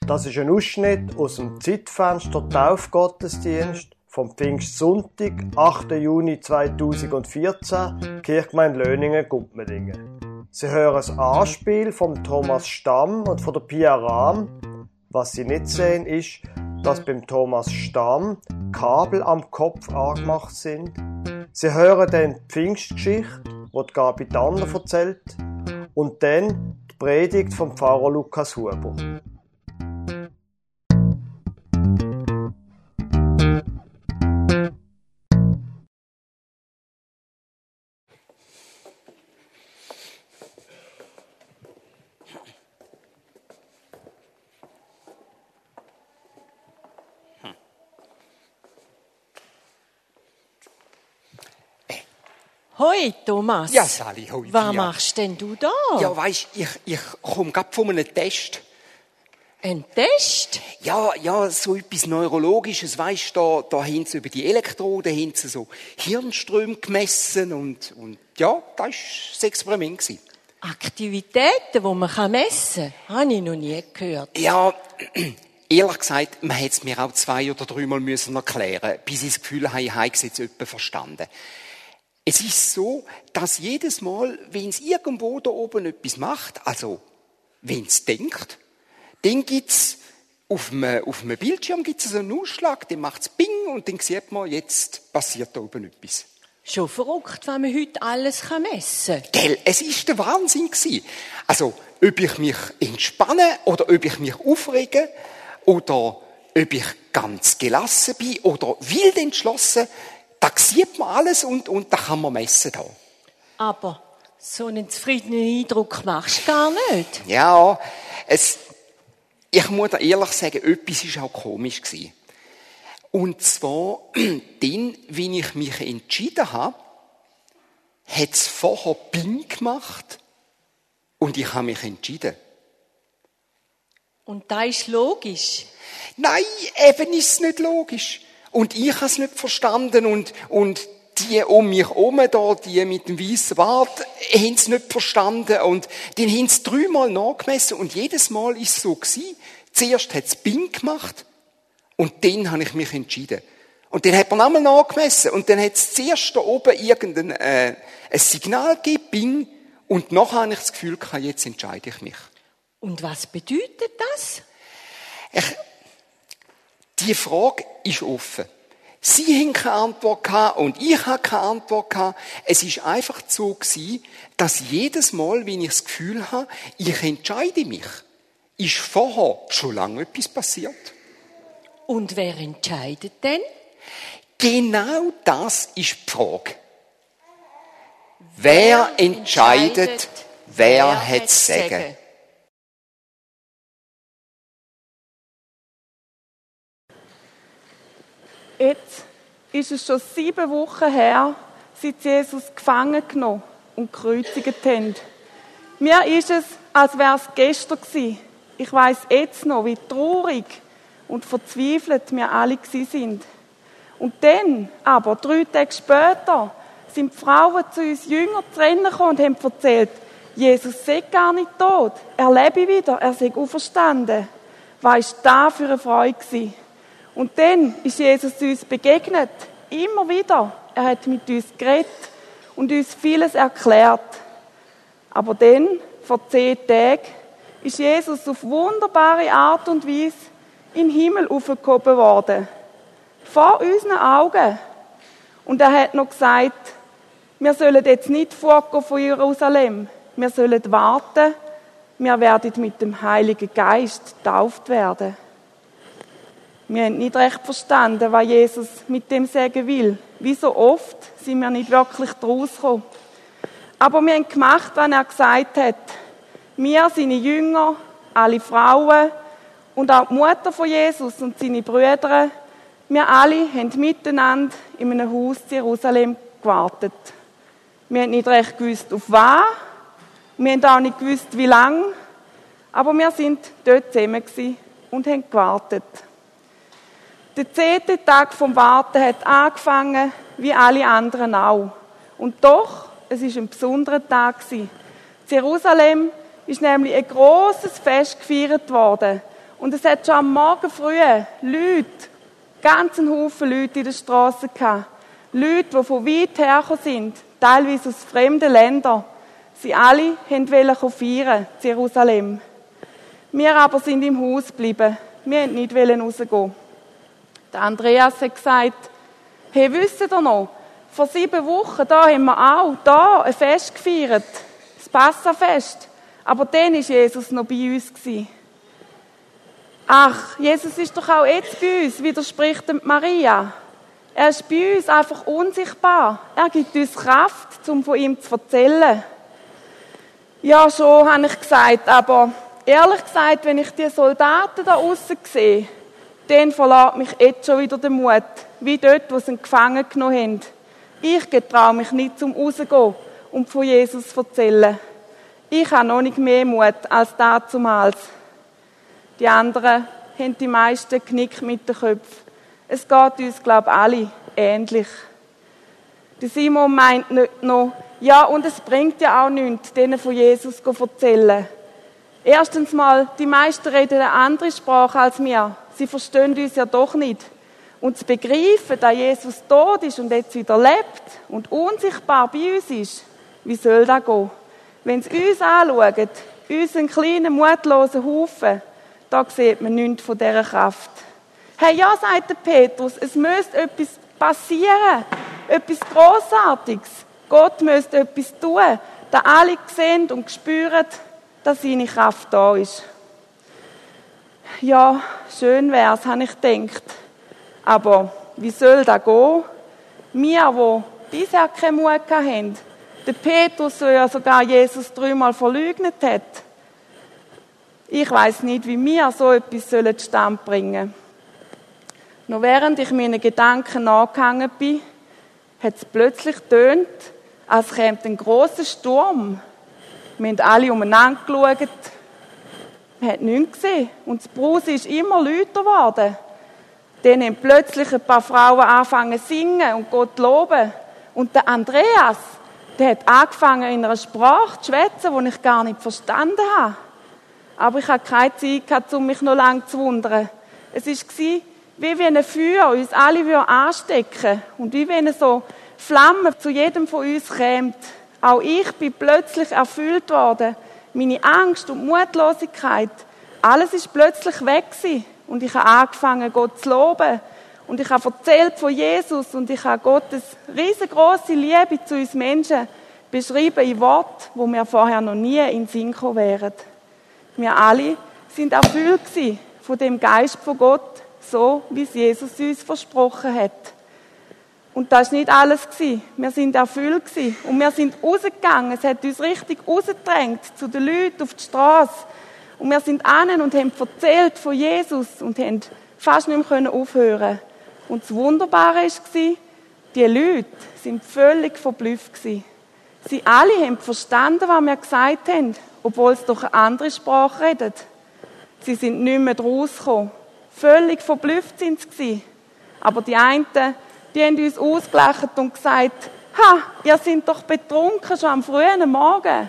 Das ist ein Ausschnitt aus dem Zeitfenster Taufgottesdienst vom Pfingstsonntag, 8. Juni 2014, Kirchgemeinde Löningen-Gumpmedingen. Sie hören das Anspiel von Thomas Stamm und von der Pia Rahm. Was Sie nicht sehen, ist, dass beim Thomas Stamm Kabel am Kopf angemacht sind. Sie hören dann die Pfingstgeschichte, die Gabi Tanner erzählt, und dann die Predigt vom Pfarrer Lukas Huber. Hoi, Thomas. Ja, Sally, hoi, Was Pia. machst denn du da? Ja, weisst, ich komme gerade von einem Test. Ein Test? Ja, so etwas Neurologisches, weisst, da haben sie über die Elektroden, haben sie so Hirnströme gemessen und ja, das war das Experiment gewesen. Aktivitäten, die man messen kann, habe ich noch nie gehört. Ja, ehrlich gesagt, man hätte es mir auch 2 oder 3 Mal müssen erklären, bis ich das Gefühl habe, ich habe es jetzt etwa verstanden. Es ist so, dass jedes Mal, wenn es irgendwo da oben etwas macht, also wenn es denkt, dann gibt's auf einem Bildschirm gibt's so einen Ausschlag, dann macht's Bing und dann sieht man, jetzt passiert da oben etwas. Schon verrückt, was man heute alles messen kann. Gell, es ist der Wahnsinn gewesen. Also, ob ich mich entspanne oder ob ich mich aufrege oder ob ich ganz gelassen bin oder wild entschlossen, da sieht man alles und da kann man messen da. Aber so einen zufriedenen Eindruck machst du gar nicht. Ja, ich muss dir ehrlich sagen, etwas war auch komisch gewesen. Und zwar, dann, wenn ich mich entschieden habe, hat es vorher Bing gemacht und ich habe mich entschieden. Und das ist logisch. Nein, eben ist es nicht logisch. Und ich habe es nicht verstanden und die um mich herum da, die mit dem weißen Bart, haben es nicht verstanden und dann haben sie 3 Mal nachgemessen und jedes Mal ist es so gewesen. Zuerst hat es Bing gemacht und dann habe ich mich entschieden. Und dann hat man nochmal nachgemessen und dann hat es zuerst da oben irgendein ein Signal gegeben, Bing, und nachher habe ich das Gefühl gehabt, jetzt entscheide ich mich. Und was bedeutet das? Die Frage ist offen. Sie haben keine Antwort gehabt und ich habe keine Antwort gehabt. Es ist einfach so gewesen, dass jedes Mal, wenn ich das Gefühl habe, ich entscheide mich, ist vorher schon lange etwas passiert. Und wer entscheidet denn? Genau das ist die Frage. Wer entscheidet, wer hat das Sagen? Jetzt ist es schon 7 Wochen her, seit sie Jesus gefangen genommen und gekreuzigt haben. Mir ist es, als wäre es gestern gewesen. Ich weiss jetzt noch, wie traurig und verzweifelt wir alle sind. Und dann, aber 3 Tage später, sind die Frauen zu uns Jüngern zu Rennen gekommen und haben erzählt, Jesus sei gar nicht tot, er lebe wieder, er sei auferstanden. Was war das für eine Freude gewesen? Und dann ist Jesus uns begegnet. Immer wieder. Er hat mit uns geredet und uns vieles erklärt. Aber dann, vor 10 Tagen, ist Jesus auf wunderbare Art und Weise in den Himmel aufgehoben worden. Vor unseren Augen. Und er hat noch gesagt, wir sollen jetzt nicht fortgehen von Jerusalem. Wir sollen warten. Wir werden mit dem Heiligen Geist getauft werden. Wir haben nicht recht verstanden, was Jesus mit dem sagen will. Wie so oft sind wir nicht wirklich daraus gekommen. Aber wir haben gemacht, was er gesagt hat. Wir, seine Jünger, alle Frauen und auch die Mutter von Jesus und seine Brüder, wir alle haben miteinander in einem Haus in Jerusalem gewartet. Wir haben nicht recht gewusst, auf was. Wir haben auch nicht gewusst, wie lange. Aber wir sind dort zusammen gewesen und haben gewartet. Der 10. Tag vom Warten hat angefangen, wie alle anderen auch. Und doch, es war ein besonderer Tag. In Jerusalem ist nämlich ein grosses Fest gefeiert worden. Und es hat schon am Morgen früh Leute, ganzen Haufen Leute in der Straße gehabt. Leute, die von weit hergekommen sind, teilweise aus fremden Ländern. Sie alle wollten feiern, in Jerusalem. Wir aber sind im Haus geblieben. Wir wollten nicht rausgehen. Der Andreas hat gesagt, hey, wisst ihr noch, vor 7 Wochen, da haben wir auch da ein Fest gefeiert, das Passafest. Aber dann war Jesus noch bei uns. Ach, Jesus ist doch auch jetzt bei uns, widerspricht Maria. Er ist bei uns einfach unsichtbar. Er gibt uns Kraft, um von ihm zu erzählen. Ja, schon, habe ich gesagt, aber ehrlich gesagt, wenn ich die Soldaten da aussen sehe, dann verlässt mich jetzt schon wieder der Mut, wie dort, wo sie ihn gefangen genommen haben. Ich getraue mich nicht zum Rausgehen und von Jesus zu erzählen. Ich habe noch nicht mehr Mut als damals. Die anderen haben die meisten Knick mit den Köpfen. Es geht uns, glaube ich, alle ähnlich. Der Simon meint nicht noch, ja, und es bringt ja auch nichts, denen von Jesus zu erzählen. Erstens mal, die meisten reden eine andere Sprache als wir. Sie verstehen uns ja doch nicht. Und zu begreifen, dass Jesus tot ist und jetzt wieder lebt und unsichtbar bei uns ist, wie soll das gehen? Wenn sie uns anschauen, unseren kleinen, mutlosen Haufen, da sieht man nichts von dieser Kraft. Hey, ja, sagt der Petrus, es müsste etwas passieren, etwas Grossartiges. Gott müsste etwas tun, dass alle sehen und spüren, dass seine Kraft da ist. Ja, schön wär's, habe ich gedacht. Aber wie soll das gehen? Wir, die bisher keinen Mut hatten, der Petrus, der ja sogar Jesus 3-mal verleugnet hat. Ich weiss nicht, wie wir so etwas zustande bringen sollen. Noch während ich meinen Gedanken nachgehangen bin, hat es plötzlich getönt, als käme ein grosser Sturm. Wir haben alle umeinander geschaut. Man hat nichts gesehen. Und das Brausen ist immer lauter geworden. Dann haben plötzlich ein paar Frauen angefangen zu singen und Gott zu loben. Und der Andreas, der hat angefangen, in einer Sprache zu schwätzen, die ich gar nicht verstanden habe. Aber ich hatte keine Zeit gehabt, um mich noch lange zu wundern. Es war, wie wenn ein Feuer uns alle anstecken würde. Und wie wenn so Flammen zu jedem von uns käme. Auch ich bin plötzlich erfüllt worden. Meine Angst und Mutlosigkeit, alles ist plötzlich weg gewesen. Und ich habe angefangen, Gott zu loben. Und ich habe erzählt von Jesus und ich habe Gottes riesengroße Liebe zu uns Menschen beschrieben in Worten, wo mir vorher noch nie in den Sinn gekommen wären. Wir alle sind erfüllt gewesen von dem Geist von Gott, so wie es Jesus uns versprochen hat. Und das war nicht alles gewesen. Wir sind erfüllt gewesen. Und wir sind rausgegangen. Es hat uns richtig rausgedrängt zu den Leuten auf die Straße. Und wir sind hin und haben erzählt von Jesus und haben fast nicht mehr aufhören. Und das Wunderbare war, die Leute sind völlig verblüfft gewesen. Sie alle haben verstanden, was wir gesagt haben, obwohl sie doch eine andere Sprache reden. Sie sind nicht mehr rausgekommen. Völlig verblüfft sind sie gewesen. Aber die einen, die haben uns ausgelacht und gesagt, ha, ihr seid doch betrunken schon am frühen Morgen.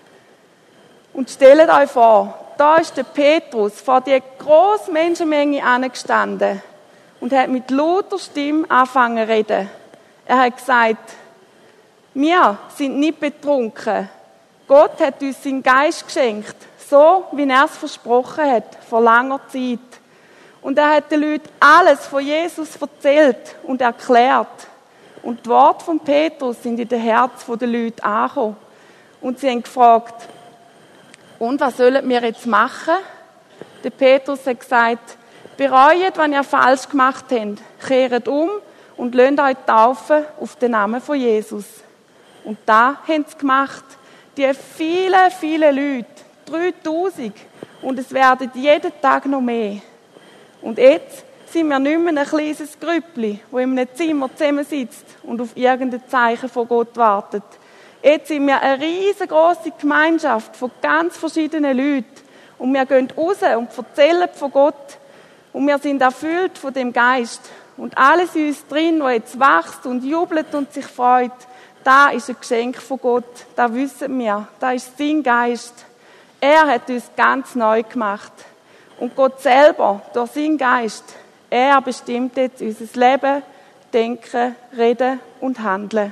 Und stellt euch vor, da ist der Petrus vor die grosse Menschenmenge angestanden und hat mit lauter Stimme angefangen zu reden. Er hat gesagt, wir sind nicht betrunken. Gott hat uns seinen Geist geschenkt, so wie er es versprochen hat, vor langer Zeit. Und er hat den Leuten alles von Jesus erzählt und erklärt. Und die Worte von Petrus sind in den Herzen der Leute angekommen. Und sie haben gefragt, und was sollen wir jetzt machen? Der Petrus hat gesagt, bereut, was ihr falsch gemacht habt, kehrt um und lasst euch taufen auf den Namen von Jesus. Und da haben sie gemacht. Die vielen, vielen Leute, 3000. Und es werden jeden Tag noch mehr. Und jetzt sind wir nicht mehr ein kleines Grüppli, das in einem Zimmer zusammensitzt und auf irgendein Zeichen von Gott wartet. Jetzt sind wir eine riesengroße Gemeinschaft von ganz verschiedenen Leuten. Und wir gehen raus und erzählen von Gott. Und wir sind erfüllt von dem Geist. Und alles in uns drin, das jetzt wächst und jubelt und sich freut, da ist ein Geschenk von Gott. Das wissen wir. Das ist sein Geist. Er hat uns ganz neu gemacht. Und Gott selber, durch seinen Geist, er bestimmt jetzt unser Leben, Denken, Reden und Handeln.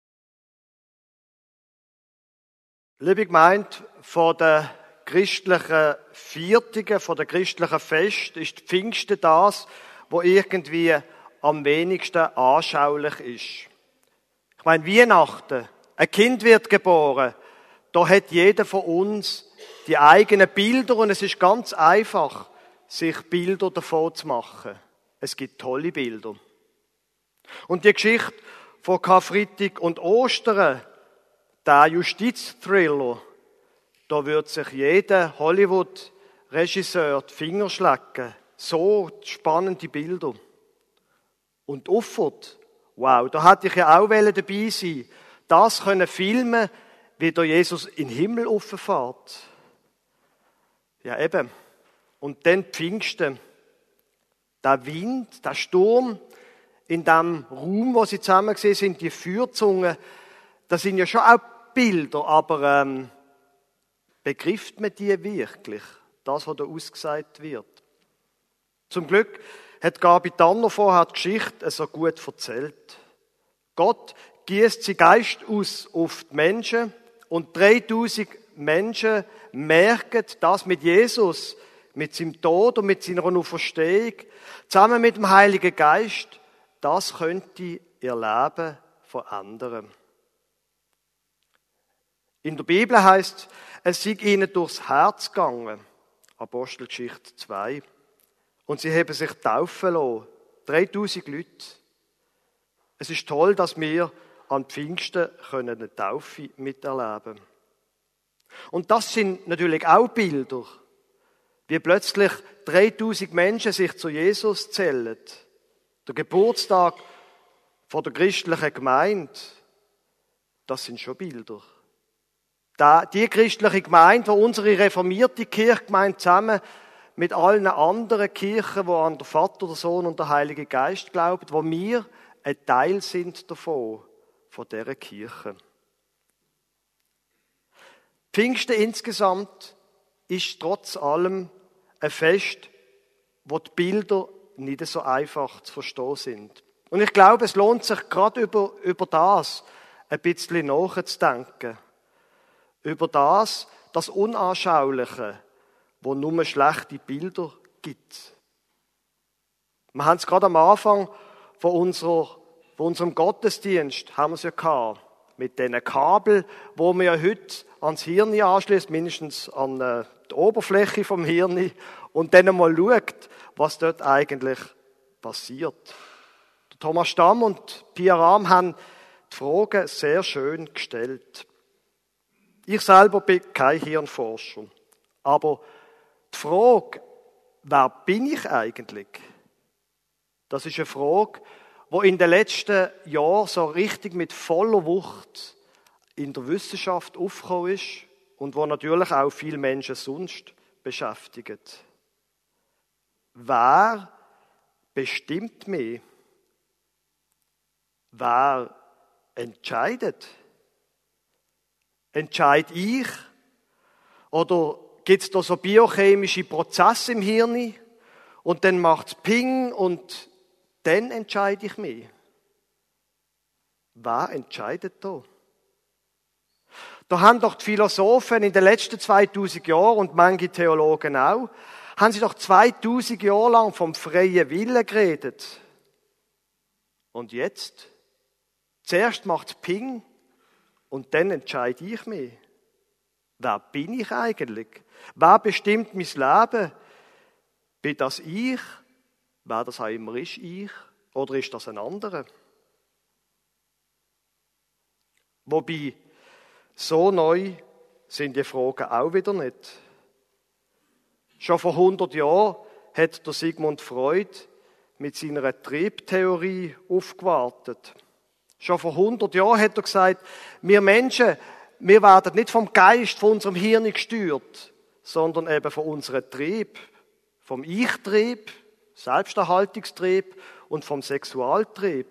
Liebe Gemeinde, von den christlichen Viertigen, von den christlichen Fest ist Pfingsten das, was irgendwie am wenigsten anschaulich ist. Ich meine, Weihnachten, ein Kind wird geboren, da hat jeder von uns die eigenen Bilder und es ist ganz einfach, sich Bilder davon zu machen. Es gibt tolle Bilder. Und die Geschichte von Karfreitag und Ostern, der Justizthriller, da wird sich jeder Hollywood-Regisseur die Finger schlecken. So spannende Bilder. Und Uffert, wow, da hätte ich ja auch dabei sein. Das können filmen, wie der Jesus in den Himmel auffährt. Ja, eben. Und dann Pfingsten. Der Wind, der Sturm, in dem Raum, wo sie zusammen gesehen sind, die Feuerzungen, das sind ja schon auch Bilder, aber begreift man die wirklich? Das, was da ausgesagt wird. Zum Glück hat Gabi Tanner vorher die Geschichte so gut erzählt. Gott gießt sein Geist aus auf die Menschen und 3000 Menschen merken, dass mit Jesus, mit seinem Tod und mit seiner Auferstehung, zusammen mit dem Heiligen Geist, das könnte ihr Leben verändern. In der Bibel heißt es sei ihnen durchs Herz gegangen. Apostelgeschichte 2. Und sie haben sich taufen lassen. 3000 Leute. Es ist toll, dass wir an Pfingsten eine Taufe miterleben können. Und das sind natürlich auch Bilder, wie plötzlich 3000 Menschen sich zu Jesus zählen. Der Geburtstag von der christlichen Gemeinde, das sind schon Bilder. Die christliche Gemeinde, wo unsere reformierte Kirchgemeinde zusammen mit allen anderen Kirchen, die an den Vater, den Sohn und den Heiligen Geist glauben, wo wir ein Teil sind davon, von dieser Kirche. Pfingsten insgesamt ist trotz allem ein Fest, wo die Bilder nicht so einfach zu verstehen sind. Und ich glaube, es lohnt sich gerade über das ein bisschen nachzudenken. Über das Unanschauliche, wo nur schlechte Bilder gibt. Wir haben es gerade am Anfang von unserem Gottesdienst haben wir es ja gehabt, mit diesen Kabel, wo man ja heute ans Hirn anschließt, mindestens an die Oberfläche vom Hirn, und dann mal schaut, was dort eigentlich passiert. Der Thomas Stamm und Pia Rahm haben die Frage sehr schön gestellt. Ich selber bin kein Hirnforscher, aber die Frage, wer bin ich eigentlich? Das ist eine Frage, die in den letzten Jahren so richtig mit voller Wucht in der Wissenschaft aufgekommen ist und wo natürlich auch viele Menschen sonst beschäftigt. Wer bestimmt mich? Wer entscheidet? Entscheide ich? Oder gibt es da so biochemische Prozesse im Hirn und dann macht es Ping und dann entscheide ich mich? Wer entscheidet da? Da haben doch die Philosophen in den letzten 2000 Jahren und manche Theologen auch, haben sie doch 2000 Jahre lang vom freien Willen geredet. Und jetzt? Zuerst macht es Ping und dann entscheide ich mich. Wer bin ich eigentlich? Wer bestimmt mein Leben? Bin das ich? Wer das auch immer ist, ich? Oder ist das ein anderer? Wobei, so neu sind die Fragen auch wieder nicht. Schon vor 100 Jahren hat der Sigmund Freud mit seiner Triebtheorie aufgewartet. Schon vor 100 Jahren hat er gesagt, wir Menschen, wir werden nicht vom Geist, von unserem Hirn gesteuert, sondern eben von unserem Trieb, vom Ich-Trieb, Selbsterhaltungstrieb und vom Sexualtrieb.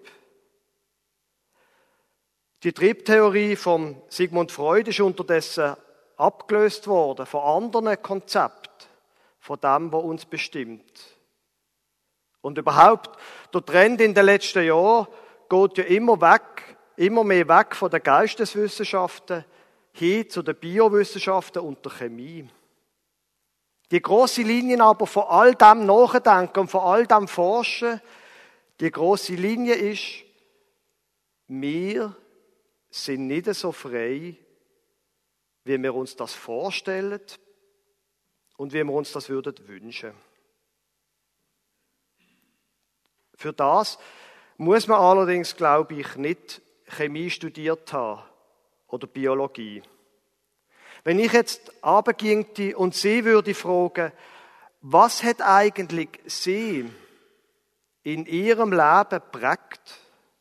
Die Triebtheorie von Sigmund Freud ist unterdessen abgelöst worden von anderen Konzepten, von dem, was uns bestimmt. Und überhaupt, der Trend in den letzten Jahren geht ja immer mehr weg von den Geisteswissenschaften hin zu den Biowissenschaften und der Chemie. Die grosse Linie aber von all dem Nachdenken und von all dem Forschen, die grosse Linie ist, wir sind nicht so frei, wie wir uns das vorstellen und wie wir uns das würden wünschen. Für das muss man allerdings, glaube ich, nicht Chemie studiert haben oder Biologie. Wenn ich jetzt runterginge und sie würde fragen, was hat eigentlich sie in ihrem Leben geprägt?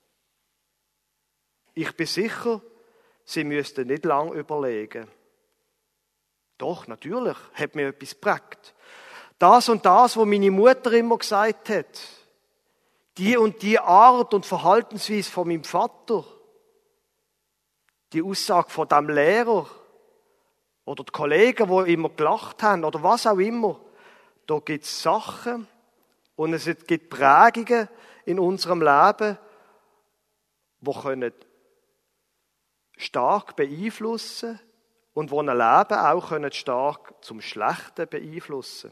Ich bin sicher, sie müsste nicht lange überlegen. Doch, natürlich hat mir etwas geprägt. Das und das, was meine Mutter immer gesagt hat. Die und die Art und Verhaltensweise von meinem Vater. Die Aussage von dem Lehrer. Oder die Kollegen, die immer gelacht haben. Oder was auch immer. Da gibt es Sachen und es gibt Prägungen in unserem Leben, die können stark beeinflussen und die ein Leben auch können stark zum Schlechten beeinflussen.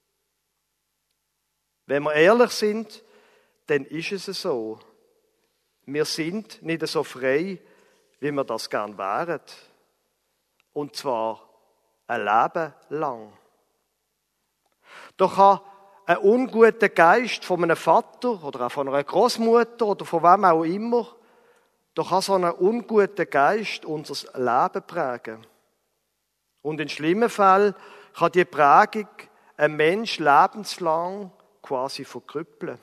Wenn wir ehrlich sind, dann ist es so. Wir sind nicht so frei, wie wir das gern wären. Und zwar ein Leben lang. Doch kann ein unguter Geist von einem Vater oder auch von einer Großmutter oder von wem auch immer, doch kann so ein unguter Geist unser Leben prägen. Und in schlimmen Fällen kann die Prägung einen Menschen lebenslang quasi verkrüppeln.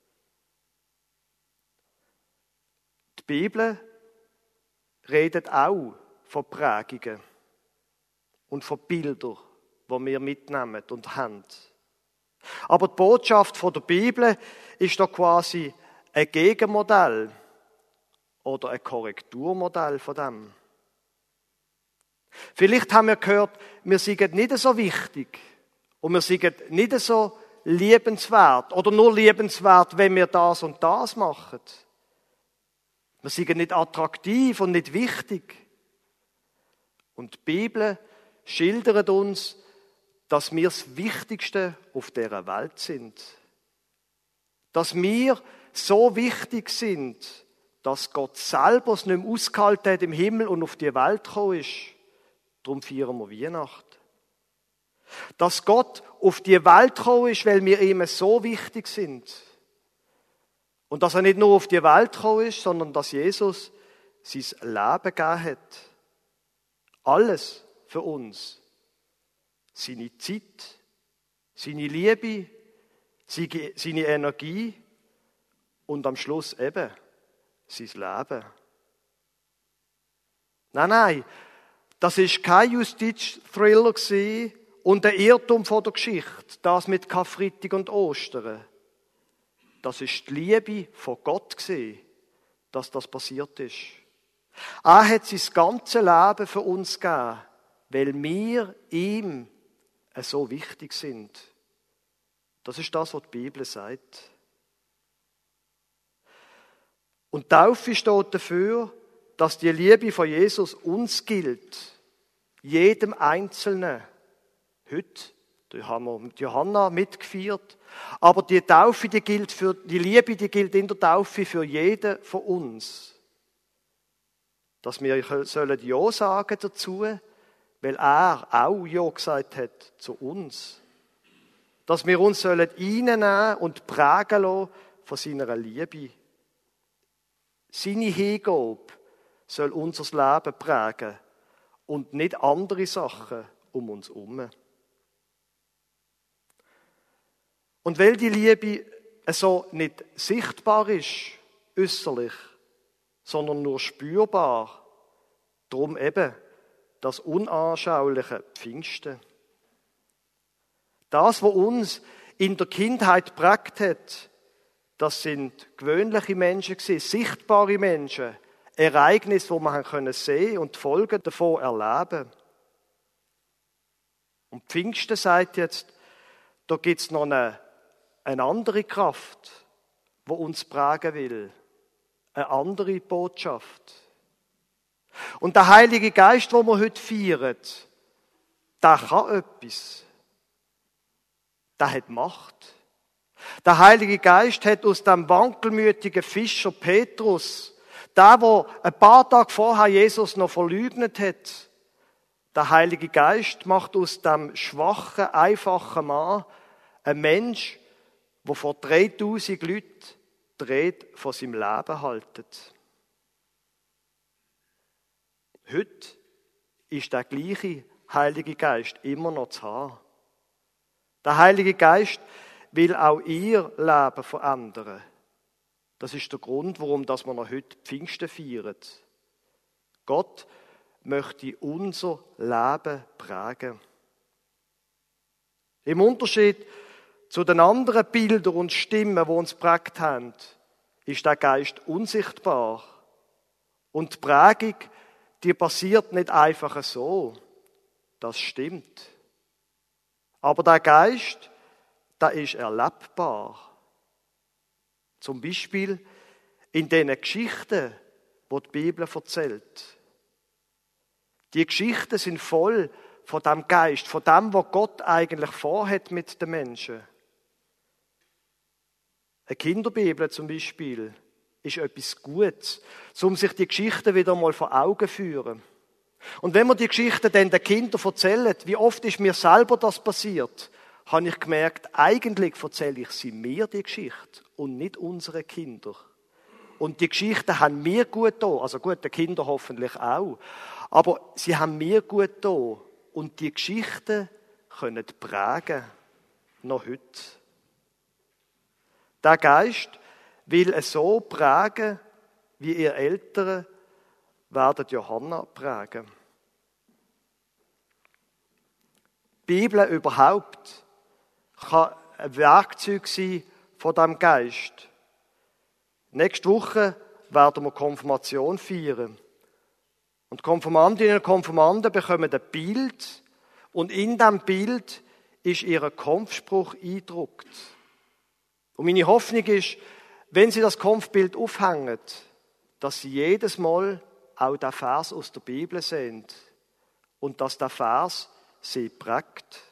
Die Bibel redet auch von Prägungen und von Bildern, die wir mitnehmen und haben. Aber die Botschaft der Bibel ist doch quasi ein Gegenmodell oder ein Korrekturmodell von dem. Vielleicht haben wir gehört, wir sind nicht so wichtig und wir sind nicht so liebenswert oder nur liebenswert, wenn wir das und das machen. Wir sind nicht attraktiv und nicht wichtig. Und die Bibel schildert uns, dass wir das Wichtigste auf dieser Welt sind. Dass wir so wichtig sind, dass Gott selber es nicht mehr ausgehalten hat im Himmel und auf die Welt gekommen ist. Darum feiern wir Weihnachten. Dass Gott auf die Welt gekommen ist, weil wir ihm so wichtig sind. Und dass er nicht nur auf die Welt gekommen ist, sondern dass Jesus sein Leben gegeben hat. Alles für uns. Seine Zeit, seine Liebe, seine Energie und am Schluss eben sein Leben. Nein, das ist kein Justiz-Thriller und ein Irrtum von der Geschichte, das mit Karfreitag und Ostern. Das ist die Liebe von Gott gewesen, dass das passiert ist. Er hat sein ganzes Leben für uns gegeben, weil wir ihm so wichtig sind. Das ist das, was die Bibel sagt. Und Taufe steht dafür, dass die Liebe von Jesus uns gilt. Jedem Einzelnen. Heute haben wir mit Johanna mitgefeiert. Aber die Taufe, die Liebe, die gilt in der Taufe für jeden von uns. Dass wir sollen Ja sagen dazu, weil er auch Ja gesagt hat zu uns. Dass wir uns sollen reinnehmen und prägen lassen von seiner Liebe. Seine Hingabe soll unser Leben prägen und nicht andere Sachen um uns herum. Und weil die Liebe so nicht sichtbar ist, äußerlich, sondern nur spürbar, darum eben das unanschauliche Pfingsten. Das, was uns in der Kindheit geprägt hat, das sind gewöhnliche Menschen gewesen, sichtbare Menschen, Ereignisse, die man sehen konnte und die Folgen davon erleben. Und Pfingsten sagt jetzt, da gibt es noch eine andere Kraft, die uns prägen will. Eine andere Botschaft. Und der Heilige Geist, den wir heute feiern, der kann etwas. Der hat Macht. Der Heilige Geist hat aus dem wankelmütigen Fischer Petrus, der ein paar Tage vorher Jesus noch verleugnet hat, der Heilige Geist macht aus dem schwachen, einfachen Mann einen Mensch, der vor 3000 Leuten die Rede von seinem Leben haltet. Heute ist der gleiche Heilige Geist immer noch zu haben. Der Heilige Geist will auch ihr Leben verändern. Das ist der Grund, warum wir noch heute Pfingsten feiern. Gott möchte unser Leben prägen. Im Unterschied zu den anderen Bildern und Stimmen, die uns geprägt haben, ist der Geist unsichtbar. Und die Prägung, die passiert nicht einfach so. Das stimmt. Aber der Geist, der ist erlebbar. Zum Beispiel in den Geschichten, die die Bibel erzählt. Die Geschichten sind voll von dem Geist, von dem, was Gott eigentlich vorhat mit den Menschen. Eine Kinderbibel zum Beispiel ist etwas Gutes, um sich die Geschichten wieder mal vor Augen zu führen. Und wenn wir die Geschichten dann den Kindern erzählen, wie oft ist mir selber das passiert, habe ich gemerkt, eigentlich erzähle ich sie mir die Geschichte und nicht unseren Kindern. Und die Geschichten haben mir gut getan, also gut, den Kindern hoffentlich auch, aber sie haben mir gut getan. Und die Geschichten können prägen, noch heute. Der Geist will es so prägen, wie ihr Eltern werden Johanna prägen. Die Bibel überhaupt kann ein Werkzeug sein von diesem Geist. Nächste Woche werden wir Konfirmation feiern. Und Konfirmandinnen und Konfirmanden bekommen ein Bild und in diesem Bild ist ihr Konfspruch eingedruckt. Und meine Hoffnung ist, wenn Sie das Konfbild aufhängen, dass Sie jedes Mal auch den Vers aus der Bibel sehen und dass der Vers Sie prägt.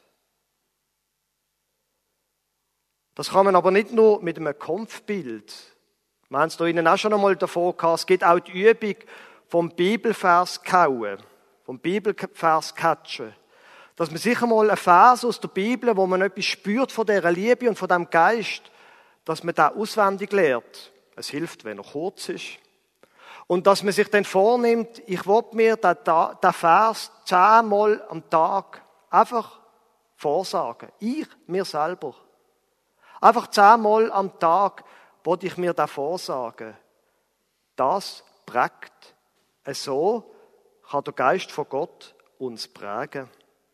Das kann man aber nicht nur mit einem Konfbild. Wir haben es da Ihnen auch schon einmal davor gehabt. Es gibt auch die Übung vom Bibelvers kauen, vom Bibelvers catchen. Dass man sicher mal einen Vers aus der Bibel, wo man etwas spürt von dieser Liebe und von diesem Geist, dass man da auswendig lernt. Es hilft, wenn er kurz ist. Und dass man sich dann vornimmt, ich will mir den Vers 10-mal am Tag einfach vorsagen. Ich, mir selber. Einfach 10-mal am Tag will ich mir den vorsagen. Das prägt. So kann der Geist von Gott uns prägen.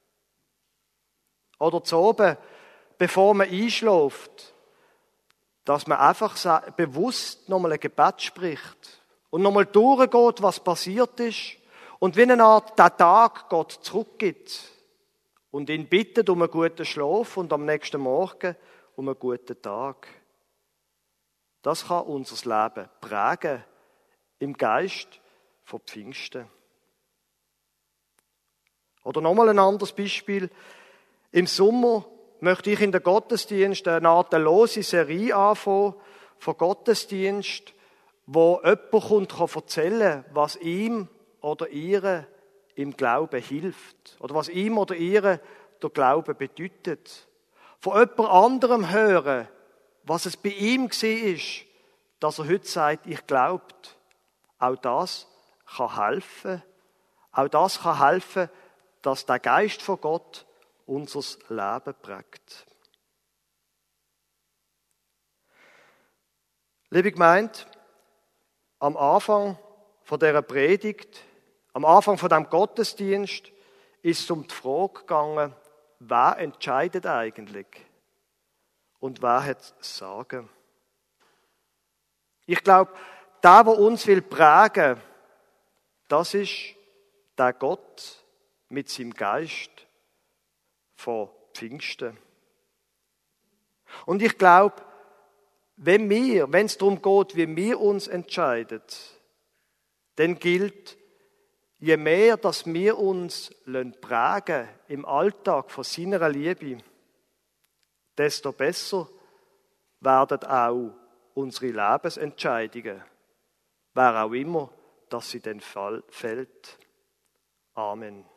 Oder zu oben, bevor man einschläft, dass man einfach bewusst nochmal ein Gebet spricht und nochmal durchgeht, was passiert ist und wie eine Art den Tag Gott zurückgibt und ihn bittet um einen guten Schlaf und am nächsten Morgen um einen guten Tag. Das kann unser Leben prägen im Geist von Pfingsten. Oder nochmal ein anderes Beispiel. Im Sommer möchte ich in der Gottesdienst eine Art lose Serie anfangen von Gottesdienst, wo jemand kommt erzählen kann, was ihm oder ihr im Glauben hilft. Oder was ihm oder ihr der Glaube bedeutet. Von jemand anderem hören, was es bei ihm war, dass er heute sagt, ich glaube. Auch das kann helfen. Auch das kann helfen, dass der Geist von Gott unser Leben prägt. Liebe Gemeinde, am Anfang von dieser Predigt, am Anfang von diesem Gottesdienst, ist es um die Frage gegangen, wer entscheidet eigentlich und wer hat das Sagen. Ich glaube, der uns will prägen, das ist der Gott mit seinem Geist von Pfingsten. Und ich glaube, wenn es darum geht, wie wir uns entscheiden, dann gilt, je mehr, dass wir uns prägen im Alltag von seiner Liebe, desto besser werden auch unsere Lebensentscheidungen, wer auch immer, dass sie dann fällt. Amen.